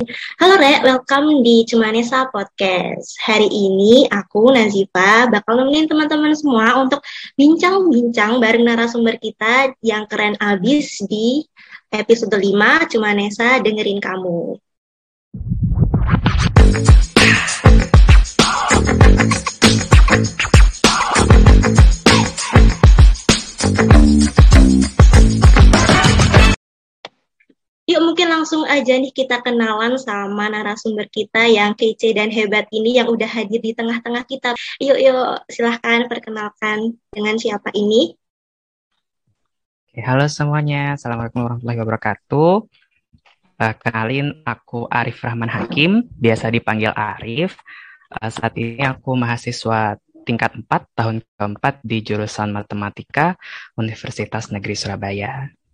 Halo Re, welcome di Cumanesa Podcast. Hari ini aku, Nazifa, bakal nemenin teman-teman semua untuk bincang-bincang bareng narasumber kita yang keren abis di episode 5 Cumanesa Dengerin Kamu. Yuk mungkin langsung aja nih kita kenalan sama narasumber kita yang kece dan hebat ini yang udah hadir di tengah-tengah kita. Yuk, silahkan perkenalkan dengan siapa ini. Oke, halo semuanya, Assalamualaikum warahmatullahi wabarakatuh. Kenalin, aku Arif Rahman Hakim, biasa dipanggil Arif. Saat ini aku mahasiswa tingkat 4, tahun keempat di jurusan Matematika Universitas Negeri Surabaya.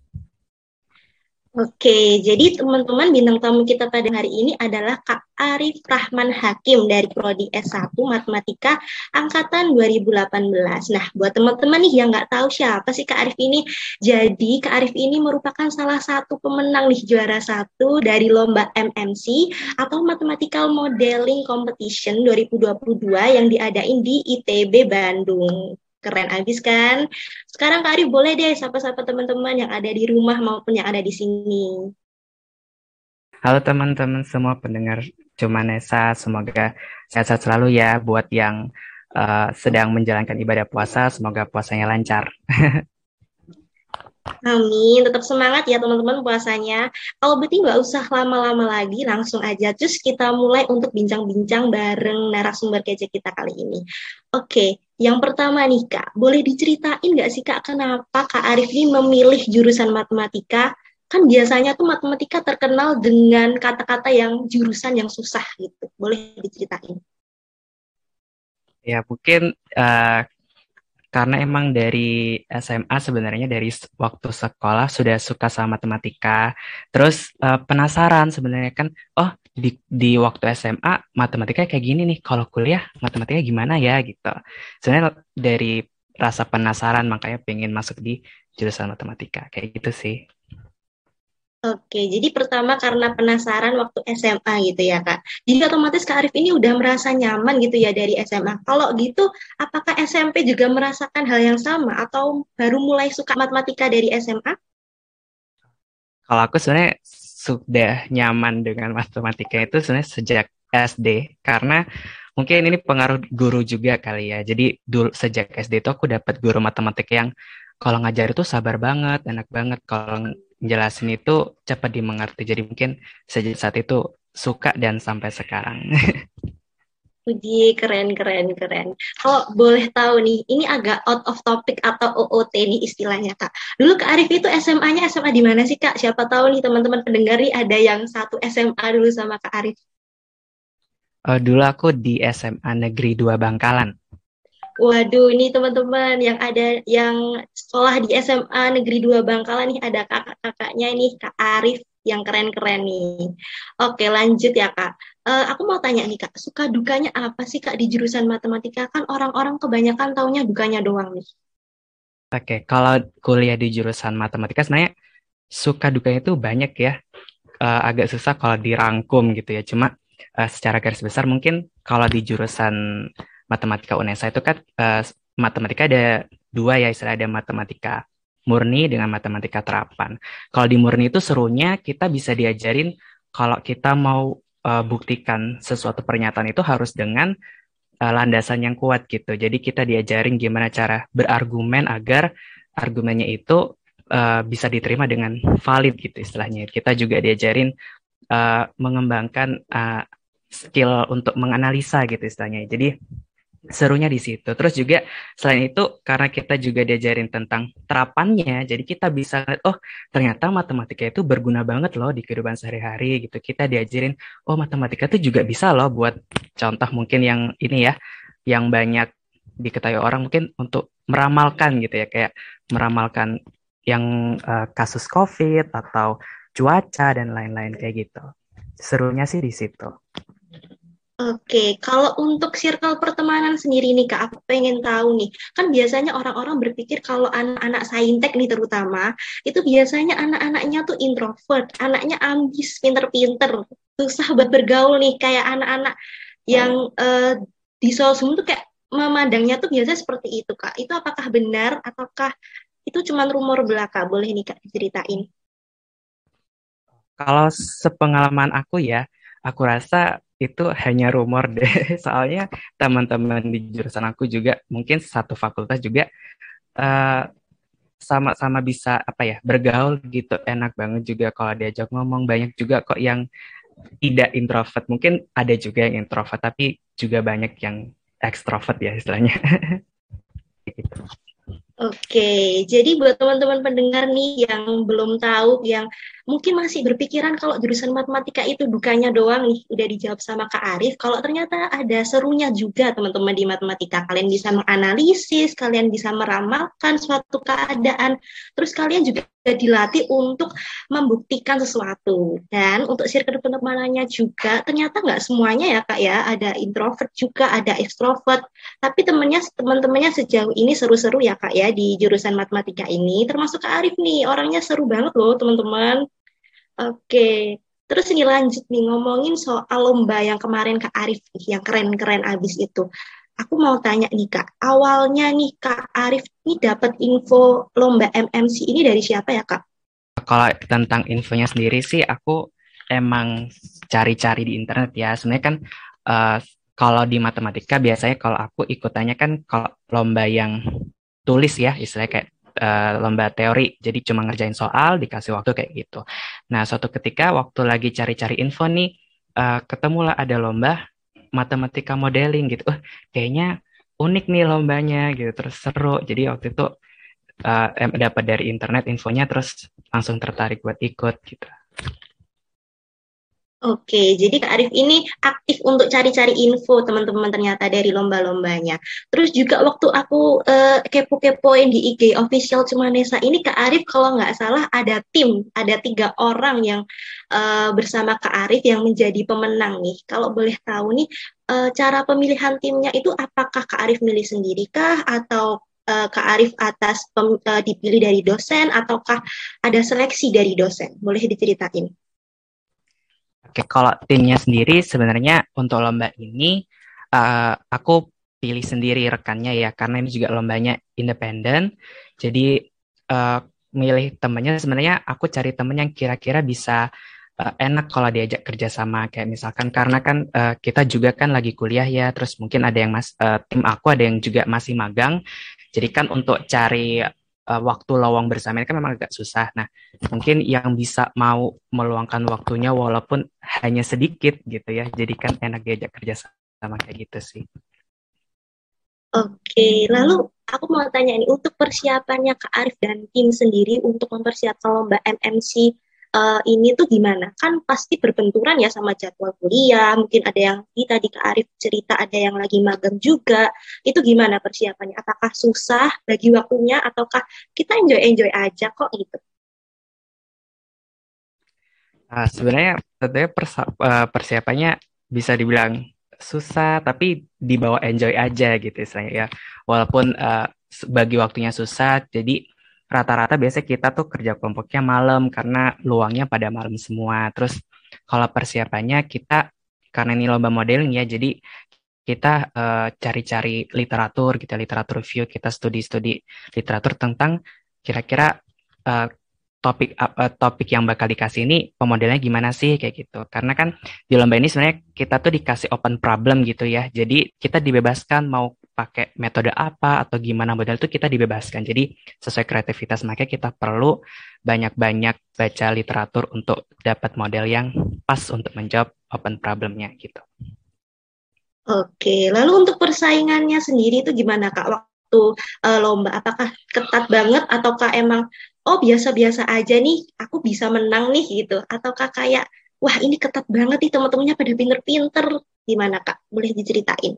Oke, jadi teman-teman bintang tamu kita pada hari ini adalah Kak Arif Rahman Hakim dari Prodi S1 Matematika Angkatan 2018. Nah, buat teman-teman nih yang nggak tahu siapa sih Kak Arif ini, jadi Kak Arif ini merupakan salah satu pemenang nih juara satu dari lomba MMC atau Mathematical Modeling Competition 2022 yang diadain di ITB Bandung. Keren abis kan? Sekarang Kak Arif boleh deh sapa-sapa teman-teman yang ada di rumah maupun yang ada di sini. Halo teman-teman semua pendengar Cumanesa, semoga sehat-sehat selalu ya buat yang sedang menjalankan ibadah puasa, semoga puasanya lancar. Amin, tetap semangat ya teman-teman puasanya. Kalau berarti nggak usah lama-lama lagi, langsung aja. Terus kita mulai untuk bincang-bincang bareng narasumber kece kita kali ini. Oke, yang pertama nih Kak, boleh diceritain nggak sih Kak, kenapa Kak Arif ini memilih jurusan matematika? Kan biasanya tuh matematika terkenal dengan kata-kata yang jurusan yang susah gitu. Boleh diceritain? Ya mungkin eh, karena emang dari SMA sebenarnya dari waktu sekolah sudah suka sama matematika. Terus penasaran sebenarnya kan, oh di waktu SMA matematika kayak gini nih. Kalau kuliah matematika gimana ya gitu. Sebenarnya dari rasa penasaran makanya pengen masuk di jurusan matematika kayak gitu sih. Oke, jadi pertama karena penasaran waktu SMA gitu ya, Kak. Jadi otomatis Kak Arif ini udah merasa nyaman gitu ya dari SMA. Kalau gitu, apakah SMP juga merasakan hal yang sama atau baru mulai suka matematika dari SMA? Kalau aku sebenarnya sudah nyaman dengan matematika itu sebenarnya sejak SD karena mungkin ini pengaruh guru juga kali ya. Jadi dulu sejak SD itu aku dapat guru matematika yang kalau ngajar itu sabar banget, enak banget. Kalau jelasin itu cepat dimengerti. Jadi mungkin sejak saat itu suka dan sampai sekarang. Uji, keren, keren, keren. Kalau boleh tahu nih, ini agak out of topic atau OOT nih istilahnya, Kak. Dulu Kak Arif itu SMA-nya SMA di mana sih, Kak? Siapa tahu nih teman-teman pendengar nih ada yang satu SMA dulu sama Kak Arif. Dulu aku di SMA Negeri 2 Bangkalan. Waduh, ini teman-teman yang ada yang sekolah di SMA Negeri 2 Bangkalan nih ada kakak-kakaknya ini Kak Arif yang keren-keren nih. Oke, lanjut ya Kak. Aku mau tanya nih Kak, suka dukanya apa sih Kak di jurusan matematika? Kan orang-orang kebanyakan taunya dukanya doang nih. Oke, kalau kuliah di jurusan matematika sebenarnya suka dukanya itu banyak ya. Agak susah kalau dirangkum gitu ya. Cuma secara garis besar mungkin kalau di jurusan matematika UNESA itu kan matematika ada dua ya, istilah ada matematika murni dengan matematika terapan. Kalau di murni itu serunya kita bisa diajarin kalau kita mau buktikan sesuatu pernyataan itu harus dengan landasan yang kuat gitu. Jadi kita diajarin gimana cara berargumen agar argumennya itu bisa diterima dengan valid gitu istilahnya. Kita juga diajarin mengembangkan skill untuk menganalisa gitu istilahnya. Jadi serunya di situ. Terus juga selain itu karena kita juga diajarin tentang terapannya, jadi kita bisa ngeliat, oh ternyata matematika itu berguna banget loh di kehidupan sehari-hari gitu. Kita diajarin, oh matematika itu juga bisa loh buat contoh mungkin yang ini ya, yang banyak diketahui orang mungkin untuk meramalkan gitu ya, kayak meramalkan yang kasus COVID atau cuaca dan lain-lain kayak gitu. Serunya sih di situ. Oke, kalau untuk circle pertemanan sendiri nih Kak, aku pengen tahu nih. Kan biasanya orang-orang berpikir kalau anak-anak saintek nih terutama, itu biasanya anak-anaknya tuh introvert, anaknya ambis, pinter-pinter, susah buat bergaul nih, kayak anak-anak yang di sosum tuh kayak memandangnya tuh biasa seperti itu Kak. Itu apakah benar ataukah itu cuma rumor belaka? Boleh nih Kak diceritain. Kalau sepengalaman aku ya, aku rasa itu hanya rumor deh. Soalnya teman-teman di jurusan aku juga mungkin satu fakultas juga eh, sama-sama bisa apa ya bergaul gitu, enak banget juga kalau diajak ngomong. Banyak juga kok yang tidak introvert, mungkin ada juga yang introvert tapi juga banyak yang ekstrovert ya istilahnya. Gitu. Oke, jadi buat teman-teman pendengar nih yang belum tahu, yang mungkin masih berpikiran kalau jurusan matematika itu dukanya doang nih, udah dijawab sama Kak Arif. Kalau ternyata ada serunya juga teman-teman di matematika, kalian bisa menganalisis, kalian bisa meramalkan suatu keadaan, terus kalian juga dilatih untuk membuktikan sesuatu. Dan untuk circle pertemanannya juga, ternyata nggak semuanya ya Kak ya, ada introvert juga, ada extrovert. Tapi teman-temannya sejauh ini seru-seru ya Kak ya di jurusan matematika ini. Termasuk Kak Arif nih, orangnya seru banget loh teman-teman. Oke. Terus ini lanjut nih ngomongin soal lomba yang kemarin Kak Arif yang keren-keren abis itu. Aku mau tanya nih Kak, awalnya nih Kak Arif ini dapat info lomba MMC ini dari siapa ya Kak? Kalau tentang infonya sendiri sih aku emang cari-cari di internet ya. Sebenarnya kan eh, kalau di matematika biasanya kalau aku ikutannya kan kalau lomba yang tulis ya, istilahnya kayak lomba teori. Jadi cuma ngerjain soal, dikasih waktu kayak gitu. Nah, suatu ketika waktu lagi cari-cari info nih, ketemulah ada lomba matematika modeling gitu. Kayaknya unik nih lombanya gitu, terus seru. Jadi waktu itu dapat dari internet infonya, terus langsung tertarik buat ikut gitu. Oke, jadi Kak Arif ini aktif untuk cari-cari info teman-teman ternyata dari lomba-lombanya. Terus juga waktu aku kepo-kepoin di IG official Cumanesa ini Kak Arif kalau nggak salah ada tim, ada 3 orang yang bersama Kak Arif yang menjadi pemenang nih. Kalau boleh tahu nih cara pemilihan timnya itu apakah Kak Arif milih sendiri kah atau Kak Arif dipilih dari dosen ataukah ada seleksi dari dosen? Boleh diceritain? Oke, kalau timnya sendiri sebenarnya untuk lomba ini aku pilih sendiri rekannya ya, karena ini juga lombanya independen. Jadi eh, milih temennya sebenarnya aku cari temen yang kira-kira bisa enak kalau diajak kerja sama. Kayak misalkan karena kan kita juga kan lagi kuliah ya, terus mungkin ada yang tim aku ada yang juga masih magang. Jadi kan untuk cari waktu lowong bersama ini kan memang agak susah. Nah, mungkin yang bisa mau meluangkan waktunya walaupun hanya sedikit gitu ya. Jadi kan enak diajak kerja sama kayak gitu sih. Oke, lalu aku mau tanya nih, untuk persiapannya Kak Arif dan tim sendiri untuk mempersiapkan lomba MMC ini tuh gimana? Kan pasti berbenturan ya sama jadwal kuliah, mungkin ada yang tadi Kak Arif cerita ada yang lagi magang juga. Itu gimana persiapannya? Apakah susah bagi waktunya ataukah kita enjoy-enjoy aja kok gitu? Sebenarnya tentunya persiapannya bisa dibilang susah, tapi dibawa enjoy aja gitu istilahnya ya. Walaupun bagi waktunya susah, jadi rata-rata biasanya kita tuh kerja kelompoknya malam karena luangnya pada malam semua. Terus kalau persiapannya kita, karena ini lomba modeling ya, jadi kita cari-cari literatur, kita literatur review, kita studi-studi literatur tentang kira-kira eh, topik yang bakal dikasih ini pemodelannya gimana sih kayak gitu. Karena kan di lomba ini sebenarnya kita tuh dikasih open problem gitu ya. Jadi kita dibebaskan mau pakai metode apa atau gimana model itu kita dibebaskan. Jadi sesuai kreativitas makanya kita perlu banyak-banyak baca literatur untuk dapat model yang pas untuk menjawab open problemnya gitu. Oke, lalu untuk persaingannya sendiri itu gimana Kak? Waktu lomba, apakah ketat banget ataukah emang oh biasa-biasa aja nih, aku bisa menang nih gitu? Ataukah kayak wah ini ketat banget nih teman-temannya pada pinter-pinter? Gimana Kak? Boleh diceritain?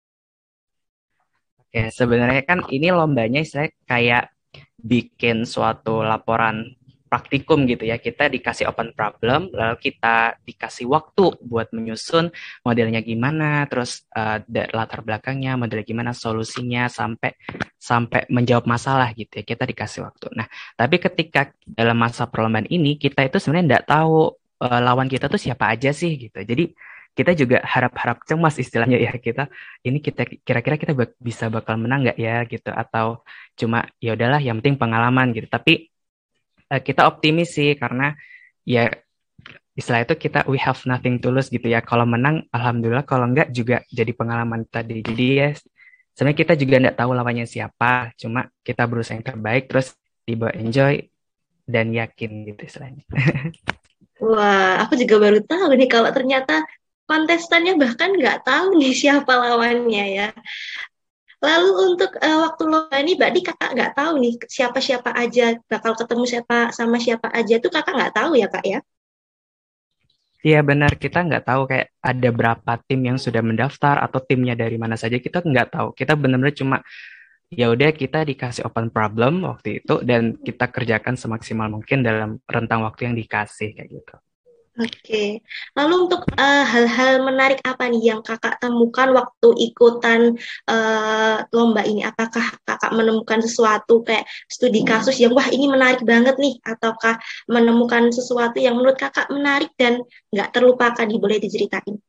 Oke, sebenarnya kan ini lombanya saya kayak bikin suatu laporan praktikum gitu ya. Kita dikasih open problem, lalu kita dikasih waktu buat menyusun modelnya gimana, terus latar belakangnya, modelnya gimana, solusinya sampai sampai menjawab masalah gitu ya. Kita dikasih waktu. Nah, tapi ketika dalam masa perlombaan ini kita itu sebenarnya nggak tahu lawan kita tuh siapa aja sih gitu. Jadi kita juga harap-harap cemas istilahnya ya kita ini kita kira-kira kita bisa bakal menang nggak ya gitu atau cuma ya udahlah yang penting pengalaman gitu. Tapi kita optimis sih karena ya istilah itu kita we have nothing to lose gitu ya. Kalau menang alhamdulillah, kalau enggak juga jadi pengalaman tadi. Jadi ya sebenarnya kita juga enggak tahu lawannya siapa, cuma kita berusaha yang terbaik terus dibawa enjoy dan yakin gitu istilahnya. Wah, aku juga baru tahu nih kalau ternyata kontestannya bahkan nggak tahu nih siapa lawannya ya. Lalu untuk waktu lomba ini, berarti kakak nggak tahu nih siapa-siapa aja bakal ketemu siapa sama siapa aja tuh kakak nggak tahu ya kak ya? Iya benar, kita nggak tahu kayak ada berapa tim yang sudah mendaftar atau timnya dari mana saja, kita nggak tahu. Kita benar-benar cuma ya udah kita dikasih open problem waktu itu dan kita kerjakan semaksimal mungkin dalam rentang waktu yang dikasih kayak gitu. Oke, lalu untuk hal-hal menarik apa nih yang kakak temukan waktu ikutan lomba ini? Apakah kakak menemukan sesuatu kayak studi kasus yang wah ini menarik banget nih, ataukah menemukan sesuatu yang menurut kakak menarik dan nggak terlupakan nih, boleh diceritain?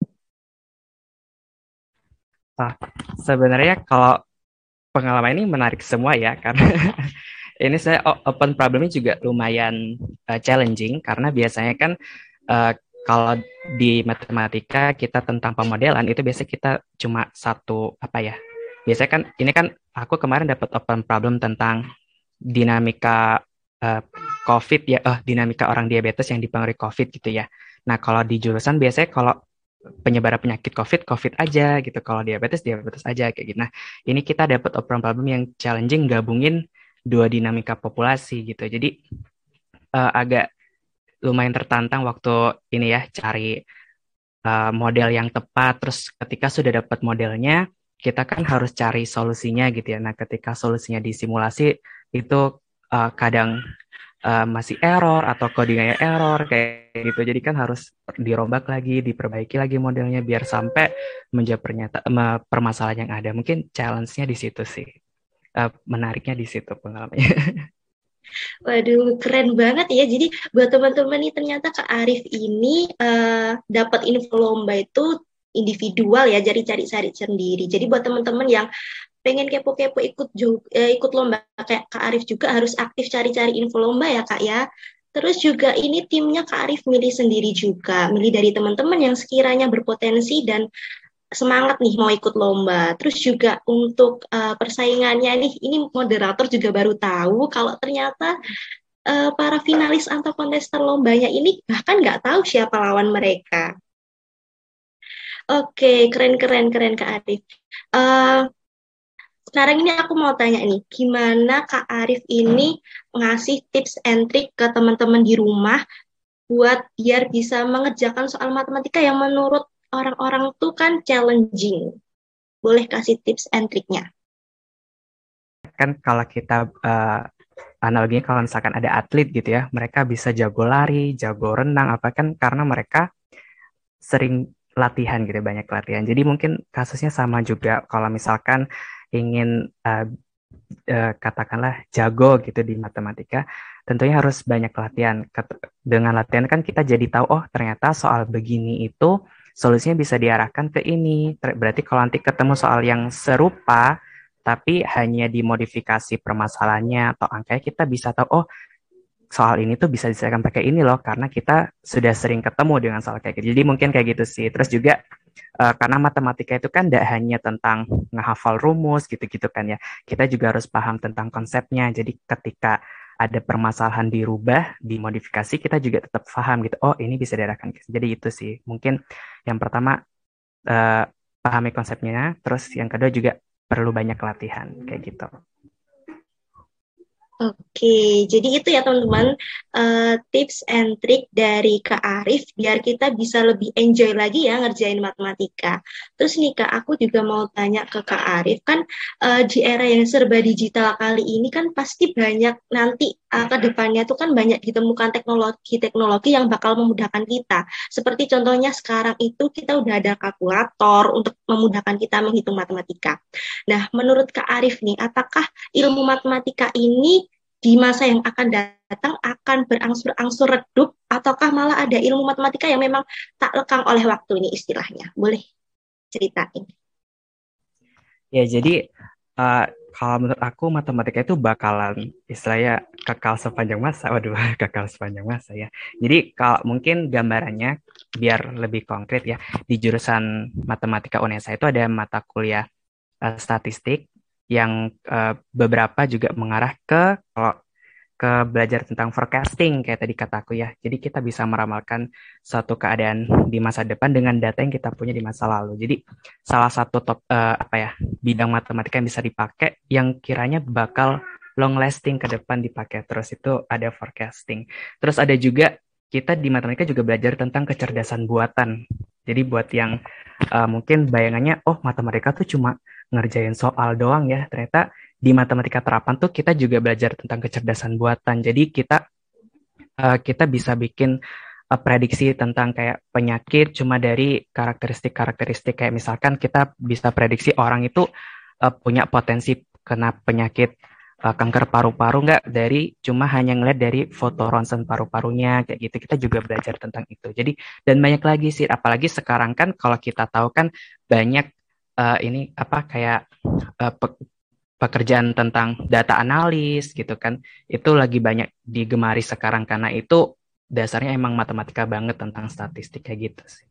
Nah, sebenarnya kalau pengalaman ini menarik semua ya karena ini saya open problemnya juga lumayan challenging karena biasanya kan uh, kalau di matematika kita tentang pemodelan itu biasanya kita cuma satu apa ya. Biasanya kan ini kan aku kemarin dapat open problem tentang dinamika uh, COVID ya, dinamika orang diabetes yang dipengaruhi COVID gitu ya. Nah, kalau di jurusan biasanya kalau penyebaran penyakit COVID aja gitu. Kalau diabetes aja kayak gitu. Nah, ini kita dapat open problem yang challenging gabungin dua dinamika populasi gitu. Jadi agak lumayan tertantang waktu ini ya cari model yang tepat. Terus ketika sudah dapat modelnya, kita kan harus cari solusinya gitu ya. Nah, ketika solusinya disimulasi itu kadang masih error atau codingnya error kayak gitu. Jadi kan harus dirombak lagi, diperbaiki lagi modelnya biar sampai menjawab permasalahan yang ada. Mungkin challenge-nya di situ sih. Menariknya di situ pengalamannya. Waduh, keren banget ya. Jadi buat teman-teman nih ternyata Kak Arif ini dapat info lomba itu individual ya, jadi cari-cari sendiri. Jadi buat teman-teman yang pengen kepo-kepo ikut lomba kayak Kak Arif juga harus aktif cari-cari info lomba ya Kak ya. Terus juga ini timnya Kak Arif milih sendiri juga, milih dari teman-teman yang sekiranya berpotensi dan semangat nih mau ikut lomba. Terus juga untuk persaingannya nih, ini moderator juga baru tahu kalau ternyata para finalis atau kontestan lombanya ini bahkan nggak tahu siapa lawan mereka. Oke, keren keren keren Kak Arif. Uh, Sekarang ini aku mau tanya nih, gimana Kak Arif ini ngasih tips and trick ke teman-teman di rumah buat biar bisa mengerjakan soal matematika yang menurut orang-orang tuh kan challenging. Boleh kasih tips and triknya? Kan kalau kita analoginya kalau misalkan ada atlet gitu ya, mereka bisa jago lari, jago renang, apa kan karena mereka sering latihan gitu, banyak latihan. Jadi mungkin kasusnya sama juga kalau misalkan ingin katakanlah jago gitu di matematika, tentunya harus banyak latihan. Dengan latihan kan kita jadi tahu, oh ternyata soal begini itu solusinya bisa diarahkan ke ini. Berarti kalau nanti ketemu soal yang serupa, tapi hanya dimodifikasi permasalahannya atau angkanya, kita bisa tahu, oh soal ini tuh bisa diselesaikan pakai ini loh, karena kita sudah sering ketemu dengan soal kayak gitu. Jadi mungkin kayak gitu sih. Terus juga karena matematika itu kan tidak hanya tentang ngehafal rumus gitu-gitu kan ya. Kita juga harus paham tentang konsepnya. Jadi ketika ada permasalahan dirubah, dimodifikasi, kita juga tetap paham gitu. Oh, ini bisa diarahkan. Jadi itu sih. Mungkin yang pertama uh, pahami konsepnya, terus yang kedua juga perlu banyak latihan kayak gitu. Oke, jadi itu ya teman-teman tips and trick dari Kak Arif biar kita bisa lebih enjoy lagi ya ngerjain matematika. Terus nih Kak, aku juga mau tanya ke Kak Arif kan di era yang serba digital kali ini kan pasti banyak nanti ke depannya itu kan banyak ditemukan teknologi-teknologi yang bakal memudahkan kita. Seperti contohnya sekarang itu kita udah ada kalkulator untuk memudahkan kita menghitung matematika. Nah, menurut Kak Arif nih, apakah ilmu matematika ini di masa yang akan datang akan berangsur-angsur redup ataukah malah ada ilmu matematika yang memang tak lekang oleh waktu ini istilahnya? Boleh ceritain. Ya, jadi uh, kalau menurut aku matematika itu bakalan istilahnya kekal sepanjang masa. Waduh, kekal sepanjang masa ya. Jadi kalau mungkin gambarannya biar lebih konkret ya, di jurusan matematika UNESA itu ada mata kuliah statistik yang beberapa juga mengarah ke belajar tentang forecasting kayak tadi kataku ya. Jadi kita bisa meramalkan suatu keadaan di masa depan dengan data yang kita punya di masa lalu. Jadi salah satu apa ya bidang matematika yang bisa dipakai yang kiranya bakal long lasting ke depan dipakai terus itu ada forecasting. Terus ada juga kita di matematika juga belajar tentang kecerdasan buatan. Jadi buat yang mungkin bayangannya oh matematika tuh cuma ngerjain soal doang ya. Ternyata di matematika terapan tuh kita juga belajar tentang kecerdasan buatan. Jadi kita bisa bikin prediksi tentang kayak penyakit cuma dari karakteristik-karakteristik kayak misalkan kita bisa prediksi orang itu punya potensi kena penyakit kanker paru-paru nggak dari cuma hanya ngeliat dari foto ronsen paru-parunya kayak gitu kita juga belajar tentang itu jadi dan banyak lagi sih apalagi sekarang kan kalau kita tahu kan banyak ini apa kayak uh, pekerjaan tentang data analis gitu kan itu lagi banyak digemari sekarang karena itu dasarnya emang matematika banget tentang statistik kayak gitu sih.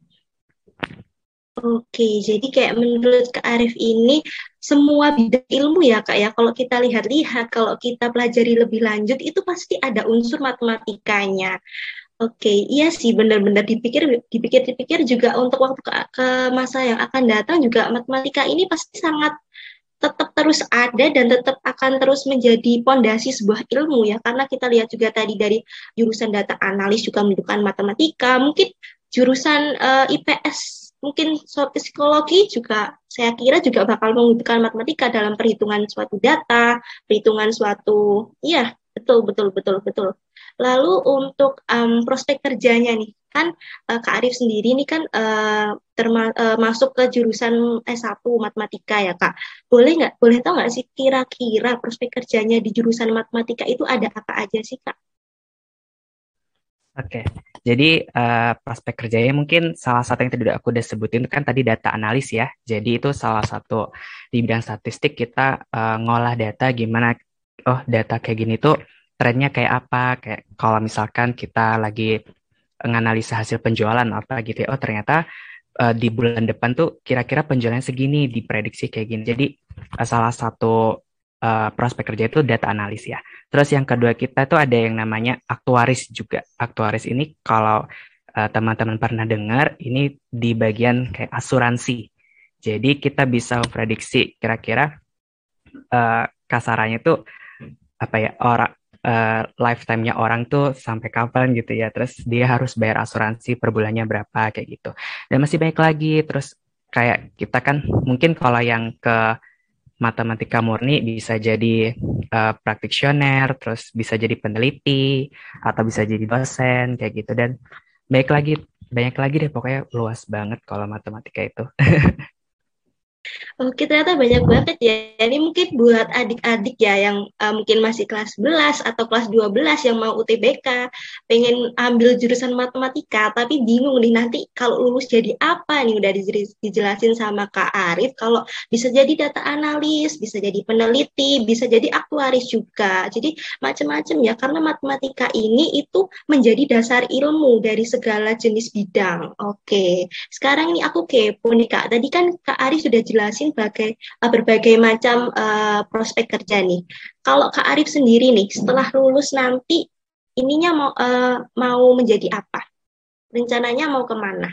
Oke, jadi kayak menurut Kak Arif ini semua bidang ilmu ya Kak ya, kalau kita lihat-lihat, kalau kita pelajari lebih lanjut itu pasti ada unsur matematikanya. Oke, iya sih benar-benar dipikir-dipikir juga untuk waktu ke masa yang akan datang juga matematika ini pasti sangat tetap terus ada dan tetap akan terus menjadi pondasi sebuah ilmu ya karena kita lihat juga tadi dari jurusan data analis juga menunjukkan matematika mungkin jurusan IPS mungkin psikologi juga saya kira juga bakal membutuhkan matematika dalam perhitungan suatu data perhitungan suatu iya betul betul betul betul lalu untuk prospek kerjanya nih kan Kak Arif sendiri nih kan masuk ke jurusan S1 matematika ya Kak boleh tahu nggak sih kira-kira prospek kerjanya di jurusan matematika itu ada apa aja sih, Kak? Oke, jadi prospek kerjanya mungkin salah satu yang tadi aku udah sebutin kan tadi data analis ya. Jadi itu salah satu di bidang statistik kita ngolah data gimana, oh data kayak gini tuh trennya kayak apa, kayak kalau misalkan kita lagi nganalisa hasil penjualan apa gitu ya, oh ternyata di bulan depan tuh kira-kira penjualannya segini, diprediksi kayak gini. Jadi salah satu prospek kerja itu data analis ya. Terus yang kedua kita tuh ada yang namanya aktuaris juga. Aktuaris ini kalau teman-teman pernah dengar, ini di bagian kayak asuransi. Jadi kita bisa prediksi kira-kira kasarannya tuh apa ya orang lifetime-nya orang tuh sampai kapan gitu ya. Terus dia harus bayar asuransi per bulannya berapa kayak gitu. Dan masih banyak lagi. Terus kayak kita kan mungkin kalau yang ke matematika murni bisa jadi praktisioner, terus bisa jadi peneliti atau bisa jadi dosen kayak gitu. Dan banyak lagi deh pokoknya luas banget kalau matematika itu. Oke, ternyata banyak banget ya. Ini mungkin buat adik-adik ya yang mungkin masih kelas 11 atau kelas 12 yang mau UTBK, pengen ambil jurusan matematika, tapi bingung nih nanti kalau lulus jadi apa nih udah dijelasin sama Kak Arif. Kalau bisa jadi data analis, bisa jadi peneliti, bisa jadi aktuaris juga. Jadi macam-macam ya, karena matematika ini itu menjadi dasar ilmu dari segala jenis bidang. Oke, sekarang ini aku kepo nih Kak. Tadi kan Kak Arif sudah jelasin berbagai macam prospek kerja nih. Kalau Kak Arif sendiri nih, setelah lulus nanti ininya mau menjadi apa? Rencananya mau kemana?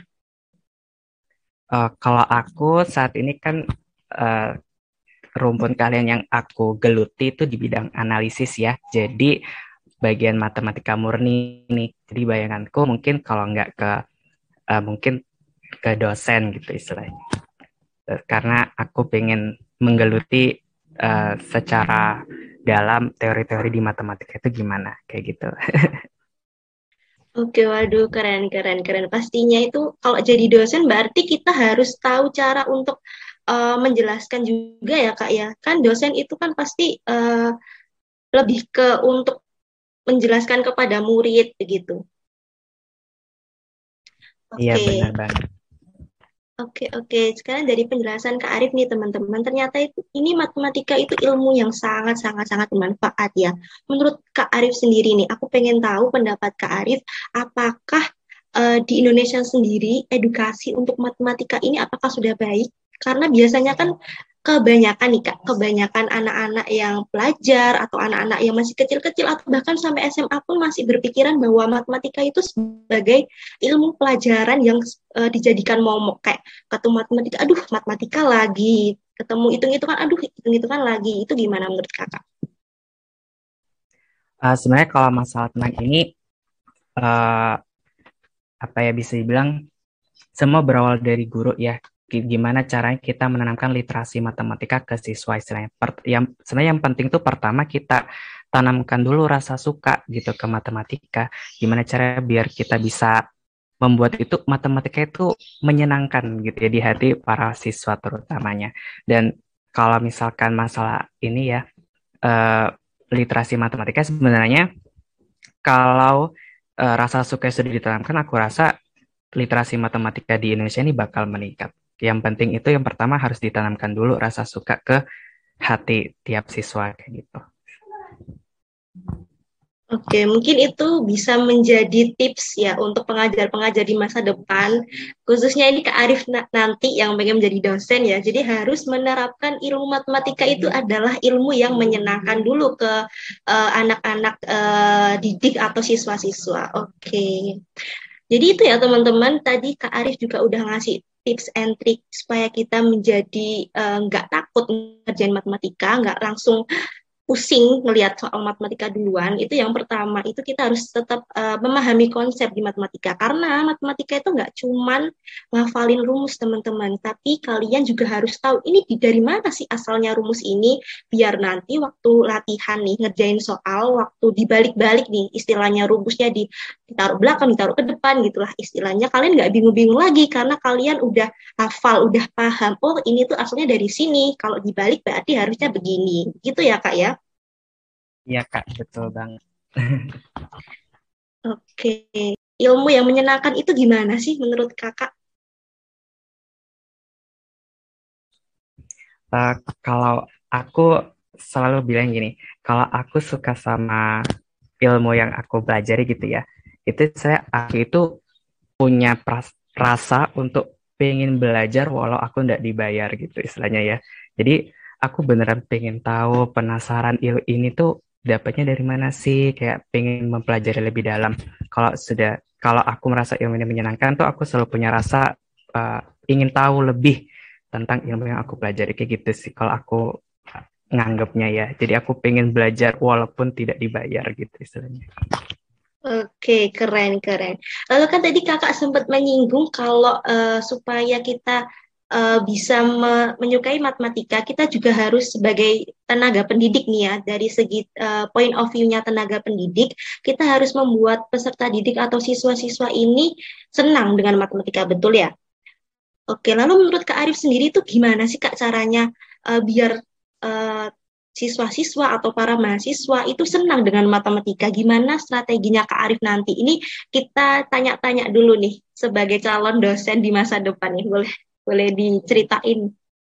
Kalau aku saat ini kan uh, rumpun kalian yang aku geluti itu di bidang analisis ya. Jadi bagian matematika murni nih. Jadi bayanganku mungkin kalau nggak ke mungkin ke dosen gitu istilahnya. Karena aku pengen menggeluti secara dalam teori-teori di matematika itu gimana, kayak gitu. Oke, waduh, keren, keren, keren. Pastinya itu kalau jadi dosen berarti kita harus tahu cara untuk menjelaskan juga ya, Kak ya. Kan dosen itu kan pasti lebih ke untuk menjelaskan kepada murid begitu. Iya, Oke. benar banget. Oke, oke. Sekarang dari penjelasan Kak Arif nih, teman-teman, ternyata itu ini matematika itu ilmu yang sangat, sangat, sangat bermanfaat ya. Menurut Kak Arif sendiri nih, aku pengen tahu pendapat Kak Arif, apakah di Indonesia sendiri edukasi untuk matematika ini apakah sudah baik? Karena biasanya kan kebanyakan nih Kak, kebanyakan anak-anak yang pelajar atau anak-anak yang masih kecil-kecil atau bahkan sampai SMA pun masih berpikiran bahwa matematika itu sebagai ilmu pelajaran yang dijadikan momok kayak ketemu matematika, aduh matematika lagi, ketemu hitung-hitungan, aduh hitung-hitungan lagi. Itu gimana menurut Kakak? Sebenarnya kalau masalah tentang ini, uh, apa ya, bisa dibilang semua berawal dari guru ya. Gimana caranya kita menanamkan literasi matematika ke siswa istilahnya. Yang sebenarnya yang penting tuh pertama kita tanamkan dulu rasa suka gitu ke matematika. Gimana caranya biar kita bisa membuat itu matematika itu menyenangkan gitu ya di hati para siswa terutamanya. Dan kalau misalkan masalah ini ya, eh, literasi matematika sebenarnya kalau rasa suka sudah ditanamkan, aku rasa literasi matematika di Indonesia ini bakal meningkat. Yang penting itu yang pertama harus ditanamkan dulu rasa suka ke hati tiap siswa kayak gitu. Oke, mungkin itu bisa menjadi tips ya untuk pengajar-pengajar di masa depan, khususnya ini Kak Arif nanti yang pengen menjadi dosen ya. Jadi harus menerapkan ilmu matematika itu adalah ilmu yang menyenangkan dulu ke anak-anak didik atau siswa-siswa. Oke. Jadi itu ya teman-teman, tadi Kak Arif juga udah ngasih tips and trick supaya kita menjadi nggak takut ngerjain matematika, nggak langsung pusing ngelihat soal matematika duluan. Itu yang pertama, itu kita harus tetap memahami konsep di matematika, karena matematika itu nggak cuman ngafalin rumus teman-teman, tapi kalian juga harus tahu ini dari mana sih asalnya rumus ini, biar nanti waktu latihan nih ngerjain soal, waktu dibalik-balik nih istilahnya rumusnya ditaruh belakang, ditaruh ke depan gitulah istilahnya, kalian nggak bingung-bingung lagi karena kalian udah hafal, udah paham, oh ini tuh asalnya dari sini, kalau dibalik berarti harusnya begini, gitu ya Kak ya. Iya Kak, betul banget. Oke, ilmu yang menyenangkan itu gimana sih menurut Kakak? Eh, Kalau aku selalu bilang gini, kalau aku suka sama ilmu yang aku pelajari gitu ya, itu aku itu punya rasa untuk pengen belajar walau aku nggak dibayar gitu istilahnya ya. Jadi aku beneran pengen tahu, penasaran ini tuh dapatnya dari mana sih, kayak pengen mempelajari lebih dalam. Kalau aku merasa ilmu ini menyenangkan tuh aku selalu punya rasa uh, ingin tahu lebih tentang ilmu yang aku pelajari kayak gitu sih. Kalau aku nganggapnya ya. Jadi aku pengen belajar walaupun tidak dibayar gitu istilahnya. Oke, keren, keren. Lalu kan tadi Kakak sempat menyinggung kalau supaya kita bisa menyukai matematika, kita juga harus sebagai tenaga pendidik nih ya, dari segi point of view-nya tenaga pendidik, kita harus membuat peserta didik atau siswa-siswa ini senang dengan matematika, betul ya? Oke, lalu menurut Kak Arif sendiri itu gimana sih Kak caranya biar eh, siswa-siswa atau para mahasiswa itu senang dengan matematika? Gimana strateginya Kak Arif nanti? Ini kita tanya-tanya dulu nih sebagai calon dosen di masa depan nih. Boleh boleh diceritain.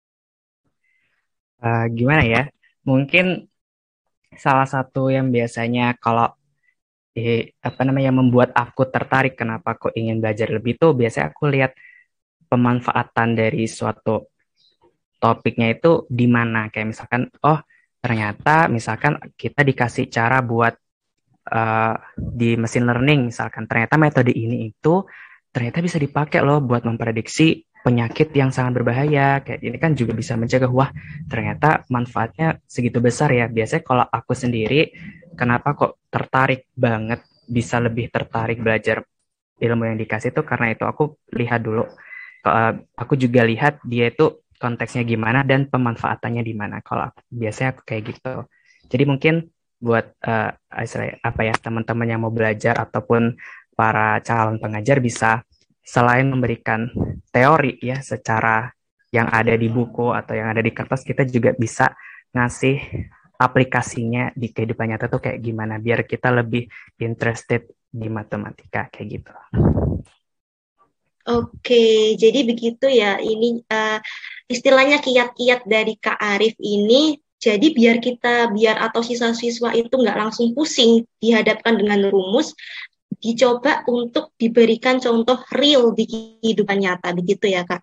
Gimana ya? Mungkin salah satu yang biasanya kalau apa namanya membuat aku tertarik kenapa aku ingin belajar lebih tuh biasanya aku lihat pemanfaatan dari suatu topiknya itu di mana, kayak misalkan oh ternyata misalkan kita dikasih cara buat di mesin learning, misalkan ternyata metode ini itu ternyata bisa dipakai loh buat memprediksi penyakit yang sangat berbahaya. Kayak ini kan juga bisa mencegah, wah ternyata manfaatnya segitu besar ya. Biasanya kalau aku sendiri, kenapa kok tertarik banget, bisa lebih tertarik belajar ilmu yang dikasih itu karena itu aku lihat dulu. Aku juga lihat dia itu konteksnya gimana dan pemanfaatannya di mana. Kalau biasanya aku kayak gitu. Jadi mungkin buat apa ya teman-teman yang mau belajar ataupun para calon pengajar bisa selain memberikan teori ya secara yang ada di buku atau yang ada di kertas, kita juga bisa ngasih aplikasinya di kehidupan nyata tuh kayak gimana biar kita lebih interested di matematika kayak gitu. Oke, jadi begitu ya. Ini istilahnya kiat-kiat dari Kak Arif ini. Jadi biar atau siswa-siswa itu nggak langsung pusing dihadapkan dengan rumus, dicoba untuk diberikan contoh real di kehidupan nyata, begitu ya Kak?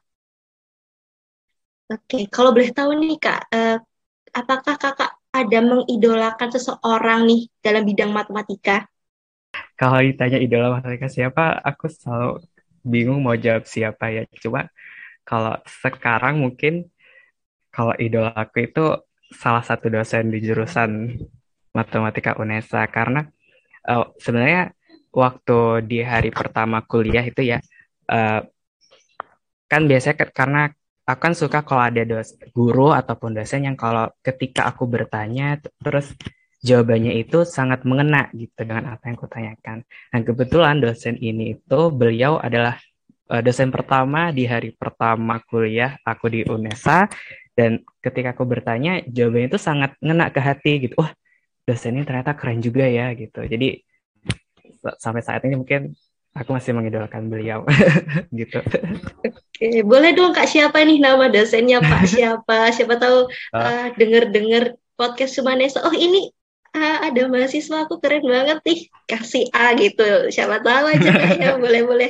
Oke, kalau boleh tahu nih Kak, apakah Kakak ada mengidolakan seseorang nih dalam bidang matematika? Kalau ditanya idola matematika siapa, aku selalu bingung mau jawab siapa ya. Cuma kalau sekarang mungkin kalau idola aku itu salah satu dosen di jurusan matematika UNESA karena sebenarnya waktu di hari pertama kuliah itu ya eh, kan biasanya karena aku kan suka kalau ada guru ataupun dosen yang kalau ketika aku bertanya terus jawabannya itu sangat mengena gitu dengan apa yang aku tanyakan. Nah, kebetulan dosen ini itu beliau adalah dosen pertama di hari pertama kuliah aku di UNESA dan ketika aku bertanya jawabannya itu sangat ngena ke hati gitu. Wah, dosen ini ternyata keren juga ya gitu. Jadi sampai saat ini mungkin aku masih mengidolakan beliau gitu. Oke, boleh dong Kak, siapa nih nama dosennya Pak siapa? Siapa tahu Uh, denger-denger podcast Sumanesa. Oh ini ada mahasiswa aku keren banget nih, kasih A gitu. Siapa tahu aja Kak ya, boleh-boleh.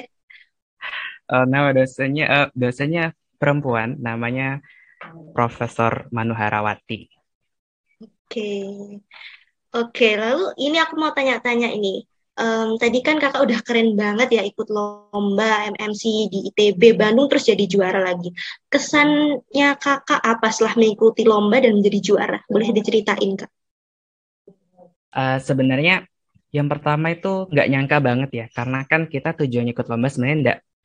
nama dosennya perempuan, namanya Profesor Manuharawati. Oke, oke. Lalu ini aku mau tanya-tanya ini. Tadi kan kakak udah keren banget ya ikut lomba MMC di ITB Bandung terus jadi juara lagi. Kesannya kakak apa setelah mengikuti lomba dan menjadi juara? Boleh diceritain Kak? Sebenarnya yang pertama itu nggak nyangka banget ya, karena kan kita tujuannya ikut lomba sebenarnya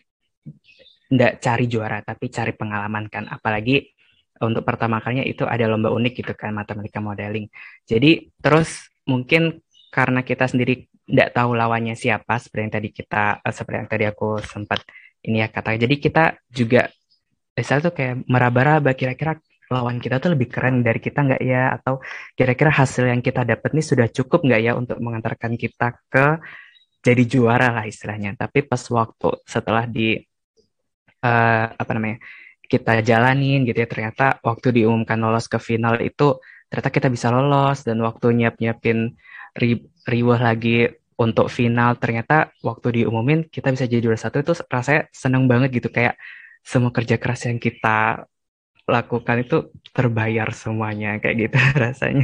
nggak cari juara, tapi cari pengalaman kan. Apalagi untuk pertama kalinya itu ada lomba unik gitu kan, matematika modeling. Jadi terus mungkin karena kita sendiri nggak tahu lawannya siapa, seperti yang tadi aku sempat ini ya kata. Jadi kita juga saya tuh kayak meraba-raba kira-kira lawan kita tuh lebih keren dari kita nggak ya? Atau kira-kira hasil yang kita dapat nih sudah cukup nggak ya untuk mengantarkan kita ke jadi juara lah istilahnya. Tapi pas waktu setelah apa namanya kita jalanin gitu ya ternyata waktu diumumkan lolos ke final itu ternyata kita bisa lolos dan waktu nyiapin riwah lagi untuk final ternyata waktu diumumin kita bisa jadi juara satu itu rasanya seneng banget gitu kayak semua kerja keras yang kita lakukan itu terbayar semuanya kayak gitu rasanya.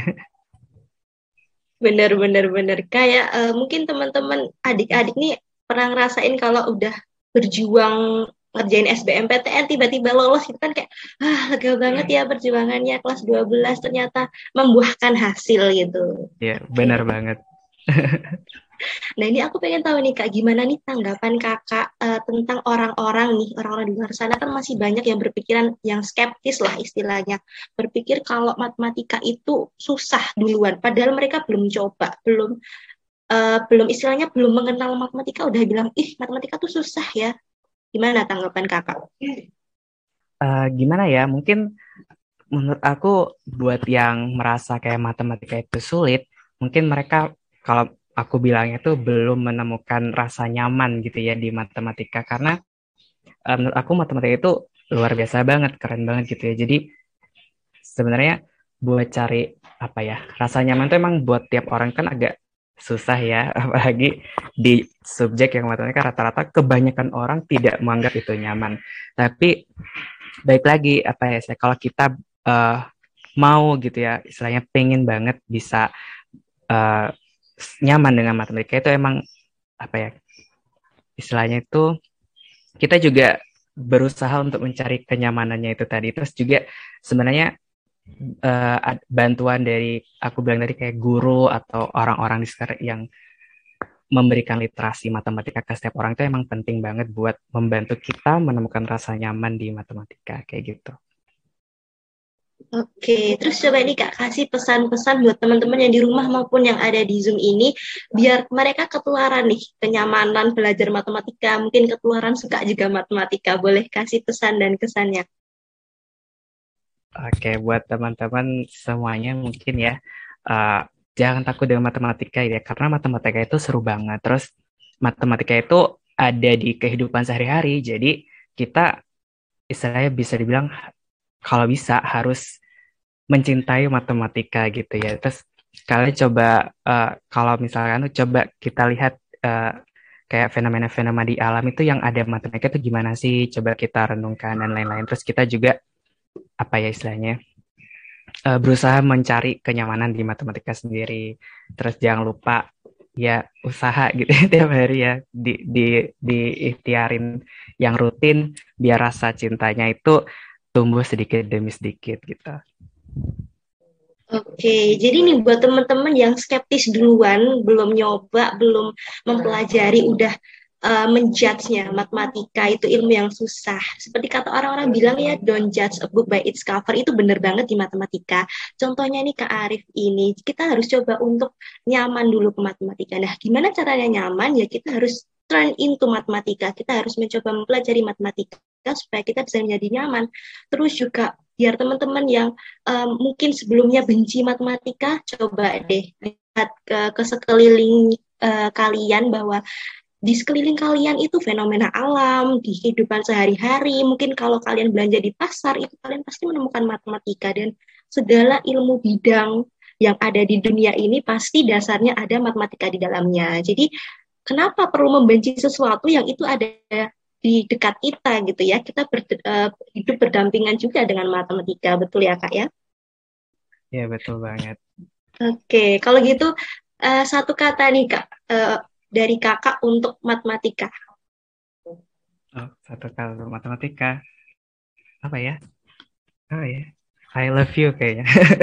Bener-bener bener. Kayak mungkin teman-teman adik-adik nih pernah ngerasain kalau udah berjuang ngerjain SBMPTN tiba-tiba lolos itu kan kayak lega banget ya perjuangannya kelas 12 ternyata membuahkan hasil gitu. Ya, Oke. benar banget. Nah, ini aku pengen tahu nih Kak, gimana nih tanggapan Kakak tentang orang-orang nih, orang-orang di luar sana kan masih banyak yang berpikiran yang skeptis lah istilahnya. Berpikir kalau matematika itu susah duluan, padahal mereka belum coba, belum istilahnya belum mengenal matematika udah bilang, "Ih, matematika tuh susah ya." Gimana tanggapan Kakak? Gimana ya? Mungkin menurut aku buat yang merasa kayak matematika itu sulit, mungkin mereka kalau aku bilangnya tuh belum menemukan rasa nyaman gitu ya di matematika karena menurut aku matematika itu luar biasa banget, keren banget gitu ya. Jadi sebenarnya buat cari apa ya rasa nyaman tuh emang buat tiap orang kan agak susah ya, apalagi di subjek yang matematika rata-rata kebanyakan orang tidak menganggap itu nyaman. Tapi baik lagi apa ya saya kalau kita eh, mau gitu ya istilahnya pengen banget bisa eh, nyaman dengan matematika itu emang apa ya istilahnya itu kita juga berusaha untuk mencari kenyamanannya itu tadi terus juga sebenarnya bantuan dari aku bilang tadi kayak guru atau orang-orang di sekitar yang memberikan literasi matematika ke setiap orang itu emang penting banget buat membantu kita menemukan rasa nyaman di matematika kayak gitu. Oke, terus coba nih Kak kasih pesan-pesan buat teman-teman yang di rumah maupun yang ada di Zoom ini biar mereka ketularan nih kenyamanan belajar matematika, mungkin ketularan suka juga matematika. Boleh kasih pesan dan kesannya. Oke, buat teman-teman semuanya mungkin ya, uh, jangan takut dengan matematika ya, karena matematika itu seru banget. Terus matematika itu ada di kehidupan sehari-hari, jadi kita istilahnya bisa dibilang kalau bisa harus mencintai matematika gitu ya. Terus kalian coba kalau misalkan coba kita lihat uh, kayak fenomena-fenomena di alam itu yang ada matematika itu gimana sih? Coba kita renungkan dan lain-lain. Terus kita juga apa ya istilahnya berusaha mencari kenyamanan di matematika sendiri. Terus jangan lupa ya usaha gitu ya, tiap hari ya diikhtiarin yang rutin biar rasa cintanya itu tumbuh sedikit demi sedikit gitu. Oke, jadi nih buat teman-teman yang skeptis duluan, belum nyoba, belum mempelajari, udah menjudge-nya matematika itu ilmu yang susah. Seperti kata orang-orang bilang ya, don't judge a book by its cover, itu bener banget di matematika. Contohnya nih Kak Arif ini, kita harus coba untuk nyaman dulu ke matematika. Nah, gimana caranya nyaman? Ya kita harus turn into matematika. Kita harus mencoba mempelajari matematika supaya kita bisa menjadi nyaman. Terus juga biar teman-teman yang mungkin sebelumnya benci matematika, coba deh lihat ke sekeliling kalian bahwa di sekeliling kalian itu fenomena alam, di kehidupan sehari-hari, mungkin kalau kalian belanja di pasar, itu kalian pasti menemukan matematika dan segala ilmu bidang yang ada di dunia ini pasti dasarnya ada matematika di dalamnya. Jadi kenapa perlu membenci sesuatu yang itu ada di dekat kita gitu ya? Kita hidup berdampingan juga dengan matematika, betul ya Kak ya? Ya betul banget. Oke, kalau gitu satu kata nih Kak dari Kakak untuk matematika. Oh, satu kali matematika apa ya? Oh ya, I love you kayaknya.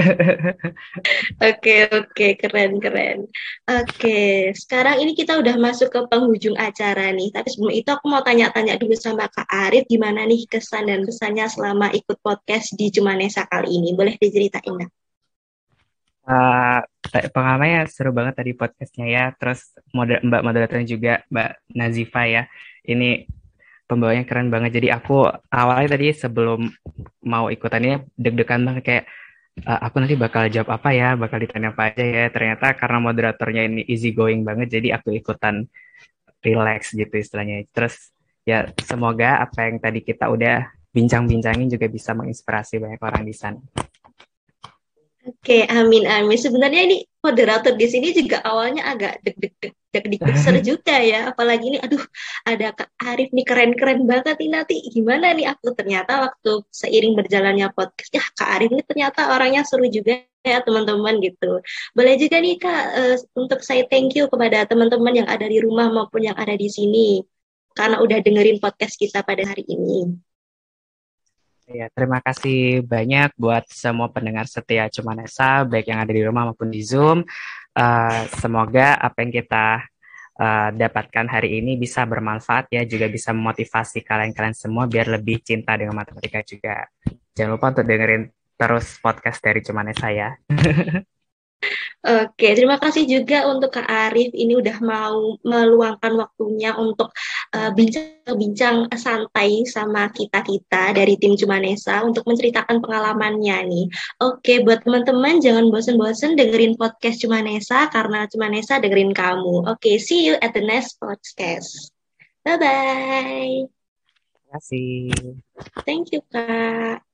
Oke, oke, keren, keren. Oke, sekarang ini kita udah masuk ke penghujung acara nih. Tapi sebelum itu aku mau tanya-tanya dulu sama Kak Arif, gimana nih kesan dan pesannya selama ikut podcast di Cumanesa kali ini? Boleh diceritain nggak? Uh, Pengalamannya seru banget tadi podcastnya ya. Terus Mbak moderatornya juga Mbak Nazifa ya. Ini pembawanya keren banget. Jadi aku awalnya tadi sebelum mau ikutannya deg-degan banget kayak aku nanti bakal jawab apa ya, bakal ditanya apa aja ya. Ternyata karena moderatornya ini easy going banget, jadi aku ikutan relax gitu istilahnya. Terus ya semoga apa yang tadi kita udah bincang-bincangin juga bisa menginspirasi banyak orang di sana. Oke, amin, amin. Sebenarnya ini moderator di sini juga awalnya agak deg-deg ser juga ya. Apalagi ini, aduh, ada Kak Arif nih keren-keren banget nih nanti. Gimana nih aku ternyata waktu seiring berjalannya podcast, ya Kak Arif ini ternyata orangnya seru juga ya teman-teman gitu. Boleh juga nih Kak, untuk saya thank you kepada teman-teman yang ada di rumah maupun yang ada di sini. Karena udah dengerin podcast kita pada hari ini. Ya, terima kasih banyak buat semua pendengar setia Cumanesa, baik yang ada di rumah maupun di Zoom. Semoga apa yang kita dapatkan hari ini bisa bermanfaat ya, juga bisa memotivasi kalian-kalian semua biar lebih cinta dengan matematika juga. Jangan lupa untuk dengerin terus podcast dari Cumanesa ya. Oke, terima kasih juga untuk Kak Arif ini udah mau meluangkan waktunya untuk bincang-bincang santai sama kita-kita dari tim Cumanesa untuk menceritakan pengalamannya nih. Oke, buat teman-teman jangan bosen-bosen dengerin podcast Cumanesa karena Cumanesa dengerin kamu. Oke, see you at the next podcast. Bye-bye. Terima kasih. Thank you, Kak.